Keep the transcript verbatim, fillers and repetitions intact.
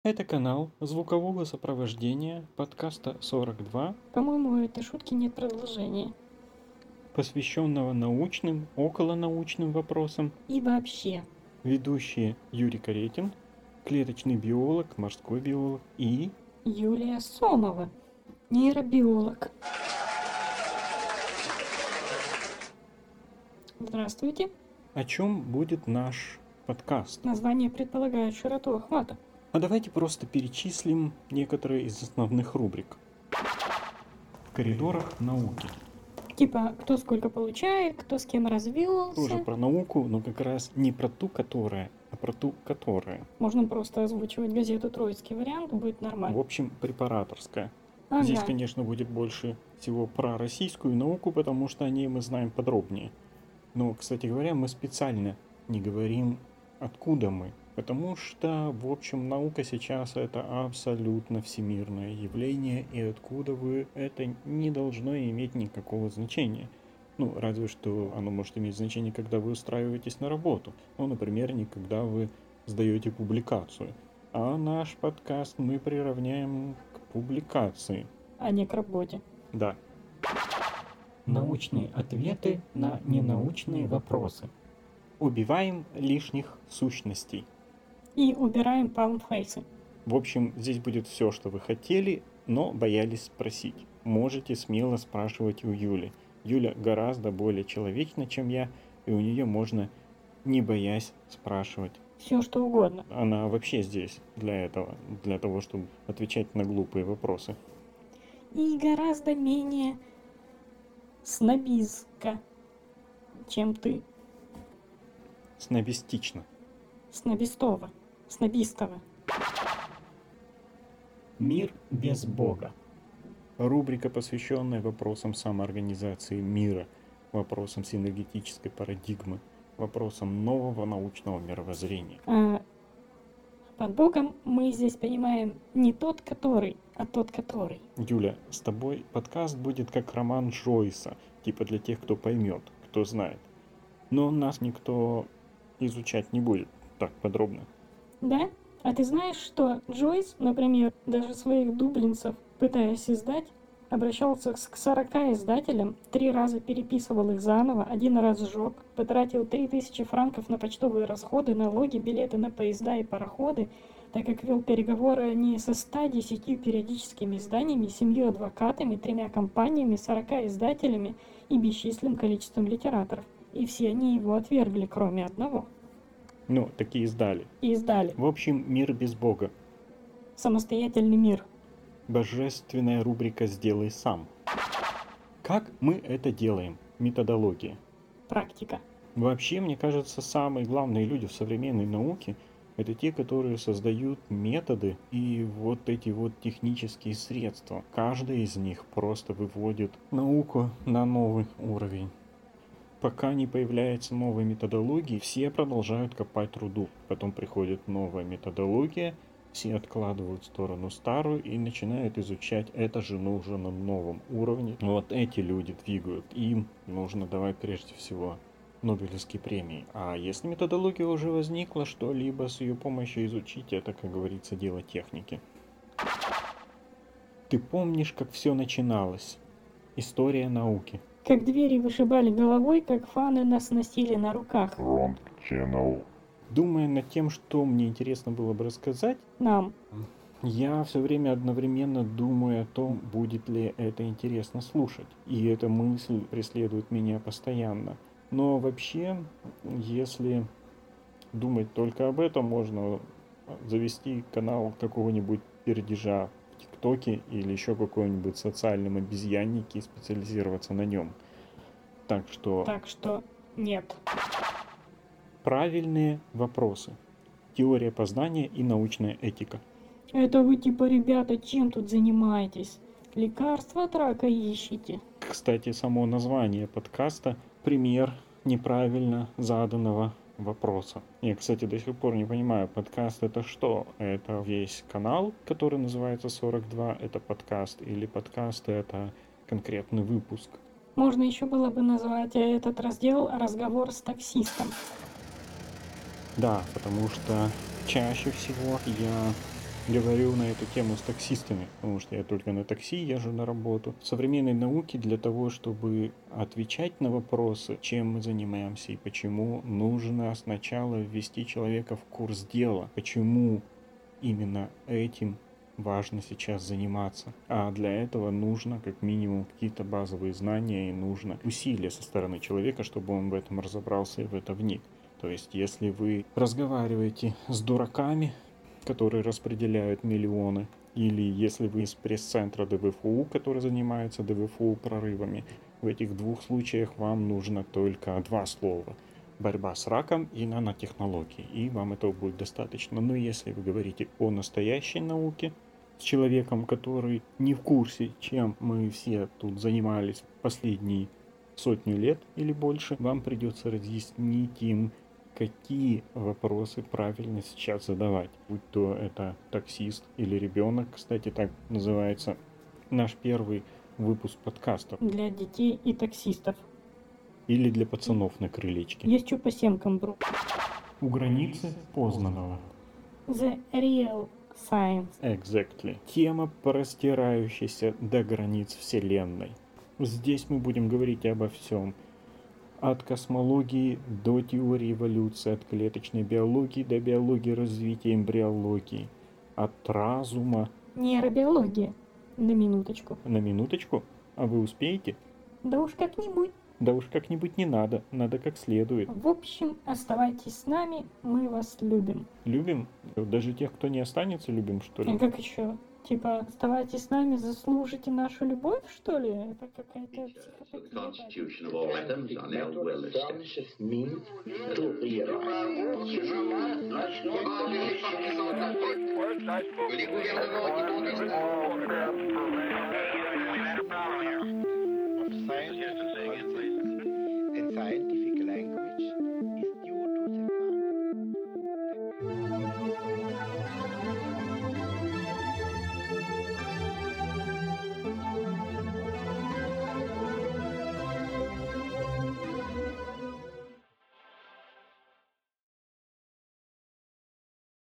Это канал звукового сопровождения подкаста сорок два, По-моему, у этой шутки нет продолжения. посвященного научным, околонаучным вопросам. И вообще. Ведущие Юрий Каретин, клеточный биолог, морской биолог и... Юлия Сомова, нейробиолог. Здравствуйте. О чем будет наш подкаст? Название предполагает широту охвата. А давайте просто перечислим некоторые из основных рубрик. В коридорах науки. Типа, кто сколько получает, кто с кем развелся. Тоже про науку, но как раз не про ту, которая, а про ту, которая. Можно просто озвучивать газету «Троицкий вариант», будет В нормально. общем, препараторская. Ага. Здесь, конечно, будет больше всего про российскую науку, потому что о ней мы знаем подробнее. Но, кстати говоря, мы специально не говорим, откуда мы. Потому что, в общем, наука сейчас это абсолютно всемирное явление, и откуда вы, это не должно иметь никакого значения. Ну, разве что оно может иметь значение, когда вы устраиваетесь на работу. Ну, например, не когда вы сдаете публикацию. А наш подкаст мы приравняем к публикации. А не к работе. Да. Научные ответы на ненаучные вопросы. Убиваем лишних сущностей. И убираем палмфейсы. В общем, здесь будет все, что вы хотели, но боялись спросить. Можете смело спрашивать у Юли. Юля гораздо более человечна, чем я, и у нее можно, не боясь, спрашивать. Все что угодно. Она вообще здесь для этого, для того, чтобы отвечать на глупые вопросы. И гораздо менее снобистка, чем ты. Снобистично. Снобистова. Снобистова. Мир без Бога. Рубрика, посвященная вопросам самоорганизации мира, вопросам синергетической парадигмы, вопросам нового научного мировоззрения. А под Богом мы здесь понимаем не тот, который, а тот, который. Юля, с тобой подкаст будет как роман Джойса, типа для тех, кто поймет, кто знает. Но нас никто изучать не будет так подробно. Да? А ты знаешь, что Джойс, например, даже своих дублинцев, пытаясь издать, обращался к сорока издателям, три раза переписывал их заново, один раз сжег, потратил три тысячи франков на почтовые расходы, налоги, билеты на поезда и пароходы, так как вел переговоры не со ста десятью периодическими изданиями, семью адвокатами, тремя компаниями, сорока издателями и бесчисленным количеством литераторов. И все они его отвергли, кроме одного. Ну, такие издали. И издали В общем, мир без Бога. «Самостоятельный мир». Божественная рубрика «Сделай сам». Как мы это делаем? Методология. Практика. Вообще, мне кажется, самые главные люди в современной науке — это те, которые создают методы и вот эти вот технические средства. Каждый из них просто выводит науку на новый уровень. Пока не появляется новая методология, все продолжают копать руду. Потом приходит новая методология, все откладывают в сторону старую и начинают изучать это же нужно на новом уровне. Вот эти люди двигают. Им нужно давать прежде всего Нобелевские премии. А если методология уже возникла, что-либо с ее помощью изучить, это, как говорится, дело техники. Ты помнишь, как все начиналось? История науки. Как двери вышибали головой, как фаны нас носили на руках. Wrong channel. Думая над тем, что мне интересно было бы рассказать, Нам. я все время одновременно думаю о том, будет ли это интересно слушать. И эта мысль преследует меня постоянно. Но вообще, если думать только об этом, можно завести канал какого-нибудь пердежа в ТикТоке или еще какой-нибудь социальном обезьяннике и специализироваться на нем. Так что Так что нет. правильные вопросы. Теория познания и научная этика. Это вы типа, ребята, чем тут занимаетесь? Лекарства от рака ищите? Кстати, само название подкаста — пример неправильно заданного вопроса. Я, кстати, до сих пор не понимаю, подкаст это что? Это весь канал, который называется сорок два, это подкаст, или подкаст это конкретный выпуск? Можно еще было бы назвать этот раздел «Разговор с таксистом». Да, потому что чаще всего я говорю на эту тему с таксистами, потому что я только на такси езжу на работу. В современной науке для того, чтобы отвечать на вопросы, чем мы занимаемся и почему, нужно сначала ввести человека в курс дела, почему именно этим важно сейчас заниматься. А для этого нужно как минимум какие-то базовые знания и нужно усилия со стороны человека, чтобы он в этом разобрался и в это вник. То есть, если вы разговариваете с дураками, которые распределяют миллионы, или если вы из пресс-центра ДВФУ, который занимается ДВФУ прорывами, в этих двух случаях вам нужно только два слова. Борьба с раком и нанотехнологии, и вам этого будет достаточно. Но если вы говорите о настоящей науке с человеком, который не в курсе, чем мы все тут занимались последние сотню лет или больше, вам придется разъяснить им, какие вопросы правильно сейчас задавать. Будь то это таксист или ребенок, кстати, так называется наш первый выпуск подкастов. Для детей и таксистов. Или для пацанов на крылечке. Есть что по семкам, бро. У границы познанного. The real science. Exactly. Тема, простирающаяся до границ Вселенной. Здесь мы будем говорить обо всем. От космологии до теории эволюции, от клеточной биологии до биологии развития эмбриологии. От разума... Нейробиология. На минуточку. На минуточку? А вы успеете? Да уж как-нибудь. Да уж как-нибудь не надо, надо как следует. В общем, оставайтесь с нами, мы вас любим. Любим? Даже тех, кто не останется, любим, что ли? А как еще? Типа, оставайтесь с нами, заслужите нашу любовь, что ли? Это какая-то психопатия.